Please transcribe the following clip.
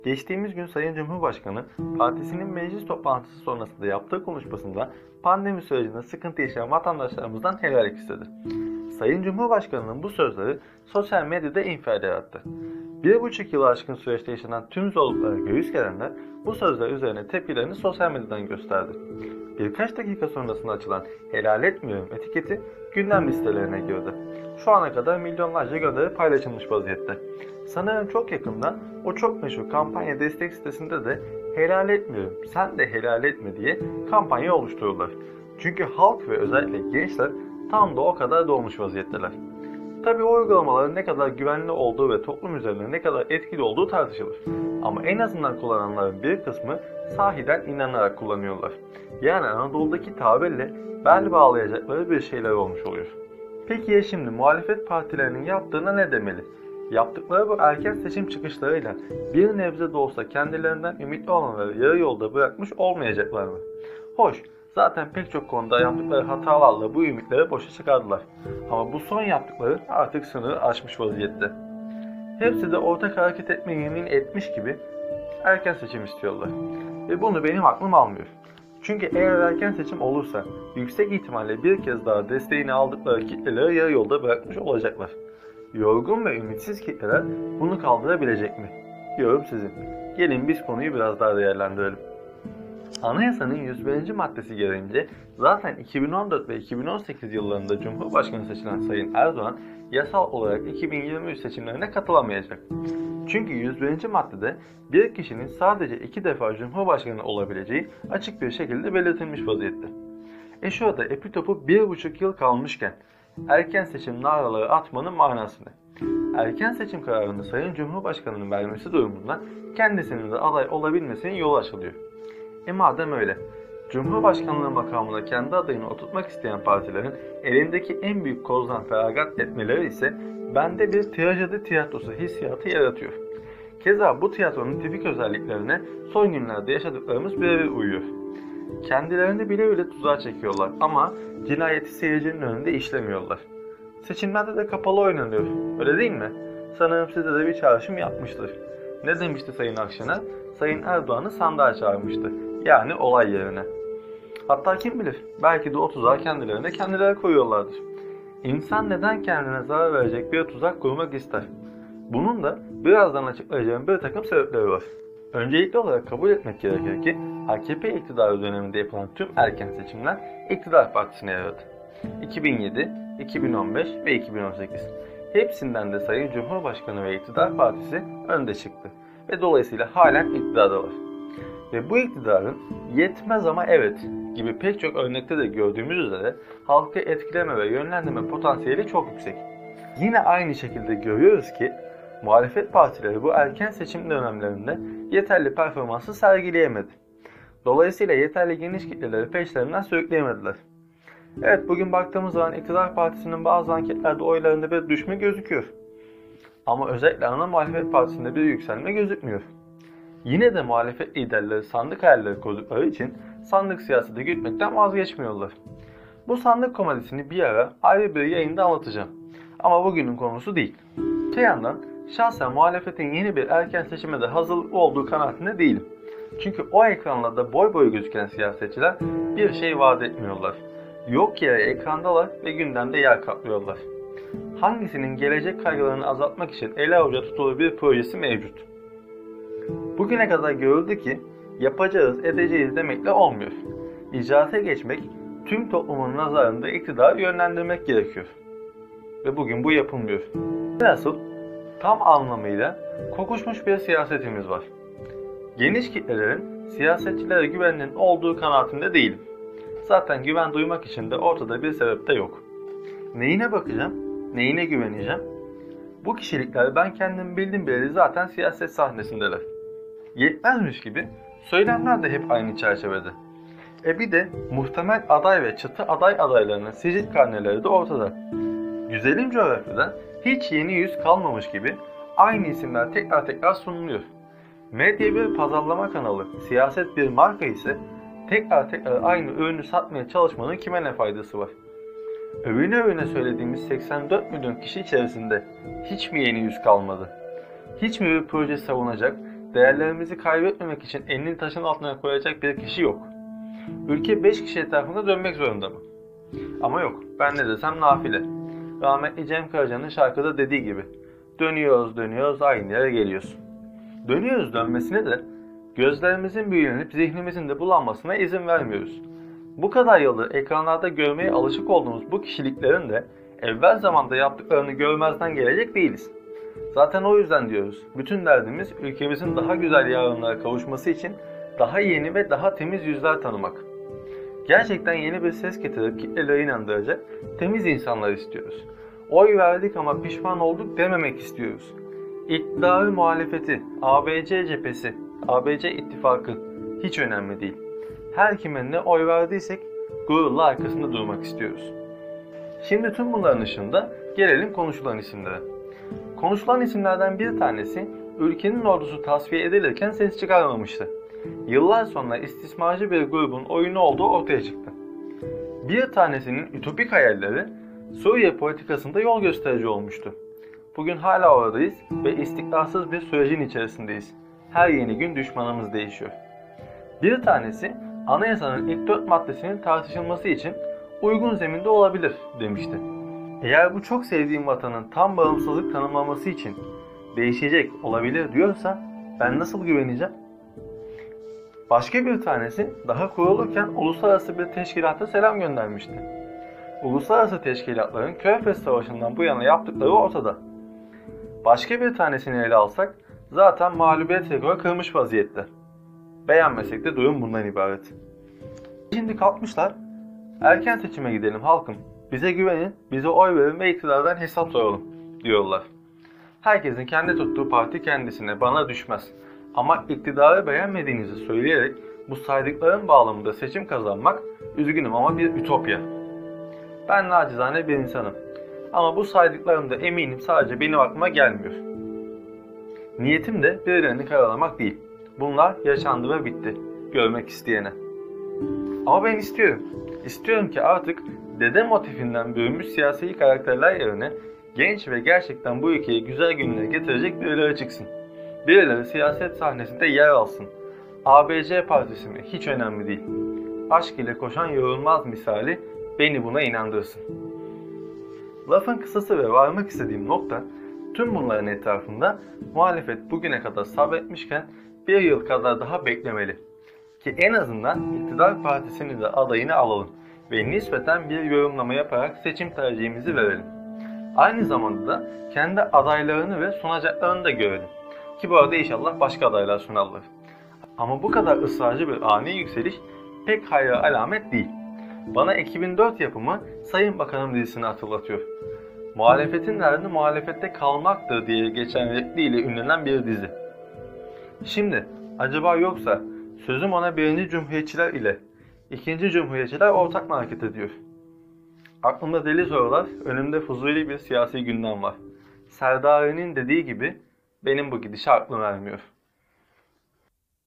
Geçtiğimiz gün Sayın Cumhurbaşkanı partisinin meclis toplantısı sonrasında yaptığı konuşmasında pandemi sürecinde sıkıntı yaşayan vatandaşlarımızdan helallik istedi. Sayın Cumhurbaşkanı'nın bu sözleri sosyal medyada infial yarattı. 1,5 yılı aşkın süreçte yaşanan tüm zorluklara göğüs gerenler bu sözler üzerine tepkilerini sosyal medyadan gösterdi. Birkaç dakika sonrasında açılan "helal etmiyorum" etiketi gündem listelerine girdi. Şu ana kadar milyonlarca gönderi paylaşılmış vaziyette. Sanırım çok yakında o çok meşhur kampanya destek sitesinde de "helal etmiyorum, sen de helal etme" diye kampanya oluştururlar. Çünkü halk ve özellikle gençler tam da o kadar dolmuş vaziyetteler. Tabii o uygulamaların ne kadar güvenli olduğu ve toplum üzerinde ne kadar etkili olduğu tartışılır. Ama en azından kullananların bir kısmı sahiden inanarak kullanıyorlar. Yani Anadolu'daki tabirle bel bağlayacakları bir şeyler olmuş oluyor. Peki ya şimdi muhalefet partilerinin yaptığına ne demeli? Yaptıkları bu erken seçim çıkışlarıyla bir nebze de olsa kendilerinden ümitli olanları yarı yolda bırakmış olmayacaklar mı? Hoş, zaten pek çok konuda yaptıkları hatalarla bu ümitleri boşa çıkardılar. Ama bu son yaptıkları artık sınırı aşmış vaziyette. Hepsi de ortak hareket etme yemin etmiş gibi erken seçim istiyorlar. Ve bunu benim aklım almıyor. Çünkü eğer erken seçim olursa yüksek ihtimalle bir kez daha desteğini aldıkları kitleleri yarı yolda bırakmış olacaklar. Yorgun ve ümitsiz kitleler bunu kaldırabilecek mi? Yorum sizin. Gelin biz konuyu biraz daha değerlendirelim. Anayasanın 101. maddesi gereğince zaten 2014 ve 2018 yıllarında Cumhurbaşkanı seçilen Sayın Erdoğan yasal olarak 2023 seçimlerine katılamayacak. Çünkü 101. maddede bir kişinin sadece 2 defa Cumhurbaşkanı olabileceği açık bir şekilde belirtilmiş vaziyette. Şurada epitopu 1,5 yıl kalmışken erken seçim naraları atmanın manası ne? Erken seçim kararını Sayın Cumhurbaşkanı'nın vermesi durumunda kendisinin de aday olabilmesinin yolu açılıyor. Madem öyle, Cumhurbaşkanlığı makamına kendi adayını oturtmak isteyen partilerin elindeki en büyük kozdan feragat etmeleri ise bende bir trajedi tiyatrosu hissiyatı yaratıyor. Keza bu tiyatronun tipik özelliklerine son günlerde yaşadıklarımız birebir uyuyor. Kendilerini bile bile tuzağa çekiyorlar ama cinayeti seyircinin önünde işlemiyorlar. Seçimlerde de kapalı oynanıyor, öyle değil mi? Sanırım sizde de bir çağrışım yapmıştır. Ne demişti Sayın Akşener? Sayın Erdoğan'ı sandığa çağırmıştı. Yani olay yerine. Hatta kim bilir, belki de o tuzağı kendileri koyuyorlardır. İnsan neden kendine zarar verecek bir tuzak kurmak ister? Bunun da birazdan açıklayacağım bir takım sebepleri var. Öncelikli olarak kabul etmek gerekir ki AKP iktidarı döneminde yapılan tüm erken seçimler iktidar partisine yaradı. 2007, 2015 ve 2018. Hepsinden de Sayın Cumhurbaşkanı ve iktidar partisi önde çıktı ve dolayısıyla halen iktidardalar. Ve bu iktidarın "yetmez ama evet" gibi pek çok örnekte de gördüğümüz üzere halkı etkileme ve yönlendirme potansiyeli çok yüksek. Yine aynı şekilde görüyoruz ki muhalefet partileri bu erken seçim dönemlerinde yeterli performansı sergileyemedi. Dolayısıyla yeterli geniş kitleleri peşlerinden sürükleyemediler. Evet, bugün baktığımız zaman iktidar partisinin bazı anketlerde oylarında bir düşme gözüküyor. Ama özellikle ana muhalefet partisinde bir yükselme gözükmüyor. Yine de muhalefet liderleri sandık hayalleri kurdukları için sandık siyaseti gütmekten vazgeçmiyorlar. Bu sandık komedisini bir ara ayrı bir yayında anlatacağım. Ama bugünün konusu değil. Öte yandan şahsen muhalefetin yeni bir erken seçime de hazır olduğu kanaatinde değilim. Çünkü o ekranlarda boy boy gözüken siyasetçiler bir şey vaat etmiyorlar. Yok yere ekrandalar ve gündemde yer kaplıyorlar. Hangisinin gelecek kaygılarını azaltmak için ele avuca tutulur bir projesi mevcut? Bugüne kadar görüldü ki yapacağız, edeceğiz demekle olmuyor. İcraata geçmek, tüm toplumun nazarında iktidarı yönlendirmek gerekiyor. Ve bugün bu yapılmıyor. Nasıl? Tam anlamıyla kokuşmuş bir siyasetimiz var. Geniş kitlelerin siyasetçilere güveninin olduğu kanaatinde değilim. Zaten güven duymak için de ortada bir sebep de yok. Neyine bakacağım? Neyine güveneceğim? Bu kişilikler ben kendim bildim bileli zaten siyaset sahnesindeler. Yetmezmiş gibi söylemler de hep aynı çerçevede. Bir de muhtemel aday ve çıtı aday adaylarının sicil karneleri de ortada. Güzelim coğrafyada hiç yeni yüz kalmamış gibi aynı isimler tekrar tekrar sunuluyor. Medya bir pazarlama kanalı, siyaset bir marka ise tekrar aynı ürünü satmaya çalışmanın kime ne faydası var? Övüne övüne söylediğimiz 84 milyon kişi içerisinde hiç mi yeni yüz kalmadı? Hiç mi bir proje savunacak, Değerlerimizi kaybetmemek için elini taşın altına koyacak bir kişi yok. Ülke 5 kişi etrafında dönmek zorunda mı? Ama yok, ben ne desem nafile. Rahmetli Cem Karaca'nın şarkıda dediği gibi, dönüyoruz dönüyoruz aynı yere geliyoruz. Dönüyoruz dönmesine de gözlerimizin büyülenip zihnimizin de bulanmasına izin vermiyoruz. Bu kadar yıldır ekranlarda görmeye alışık olduğumuz bu kişiliklerin de evvel zamanda yaptıklarını görmezden gelecek değiliz. Zaten o yüzden diyoruz, bütün derdimiz ülkemizin daha güzel yarınlara kavuşması için daha yeni ve daha temiz yüzler tanımak. Gerçekten yeni bir ses getirip kitleleri inandıracak temiz insanlar istiyoruz. Oy verdik ama pişman olduk dememek istiyoruz. İktidarı muhalefeti, ABC cephesi, ABC ittifakı hiç önemli değil. Her kime ne oy verdiysek gururla arkasında durmak istiyoruz. Şimdi tüm bunların ışığında gelelim konuşulan isimlere. Konuşulan isimlerden bir tanesi ülkenin ordusu tasfiye edilirken ses çıkarmamıştı. Yıllar sonra istismarcı bir grubun oyunu olduğu ortaya çıktı. Bir tanesinin ütopik hayalleri Suriye politikasında yol gösterici olmuştu. Bugün hala oradayız ve istikrarsız bir sürecin içerisindeyiz. Her yeni gün düşmanımız değişiyor. Bir tanesi anayasanın ilk 4 maddesinin tartışılması için uygun zeminde olabilir demişti. Eğer bu çok sevdiğim vatanın tam bağımsızlık tanımlaması için değişecek olabilir diyorsa ben nasıl güveneceğim? Başka bir tanesi daha kurulurken uluslararası bir teşkilata selam göndermişti. Uluslararası teşkilatların Körfez Savaşı'ndan bu yana yaptıkları ortada. Başka bir tanesini ele alsak zaten mağlubiyet rekoru kırmış vaziyette. Beğenmesek de durum bundan ibaret. Şimdi kalkmışlar, erken seçime gidelim halkım, bize güvenin, bize oy verin ve iktidardan hesap soralım diyorlar. Herkesin kendi tuttuğu parti kendisine, bana düşmez. Ama iktidarı beğenmediğinizi söyleyerek bu saydıkların bağlamında seçim kazanmak, üzgünüm ama bir ütopya. Ben nacizane bir insanım. Ama bu saydıklarımda eminim sadece benim aklıma gelmiyor. Niyetim de birilerini karalamak değil. Bunlar yaşandı ve bitti. Görmek isteyene. Ama ben istiyorum. İstiyorum ki artık dede motifinden bürünmüş siyasi karakterler yerine genç ve gerçekten bu ülkeye güzel günler getirecek birileri çıksın. Birileri siyaset sahnesinde yer alsın. ABC partisi mi? Hiç önemli değil. Aşk ile koşan yorulmaz misali beni buna inandırsın. Lafın kısası ve varmak istediğim nokta, tüm bunların etrafında muhalefet bugüne kadar sabretmişken bir yıl kadar daha beklemeli. Ki en azından iktidar partisinin de adayını alalım ve nispeten bir yorumlama yaparak seçim tercihimizi verelim. Aynı zamanda da kendi adaylarını ve sunacaklarını da görelim. Ki bu arada inşallah başka adaylar sunarlar. Ama bu kadar ısrarcı bir ani yükseliş pek hayra alamet değil. Bana 2004 yapımı Sayın Bakanım dizisini hatırlatıyor. Muhalefetin derdi muhalefette kalmaktır diye geçen repliğiyle ünlenen bir dizi. Şimdi acaba yoksa sözüm ona 1. Cumhuriyetçiler ile 2. Cumhuriyetçiler ortak mı hareket ediyor? Aklımda deli sorular, önümde fuzuli bir siyasi gündem var. Serdari'nin dediği gibi benim bu gidişe aklım ermiyor.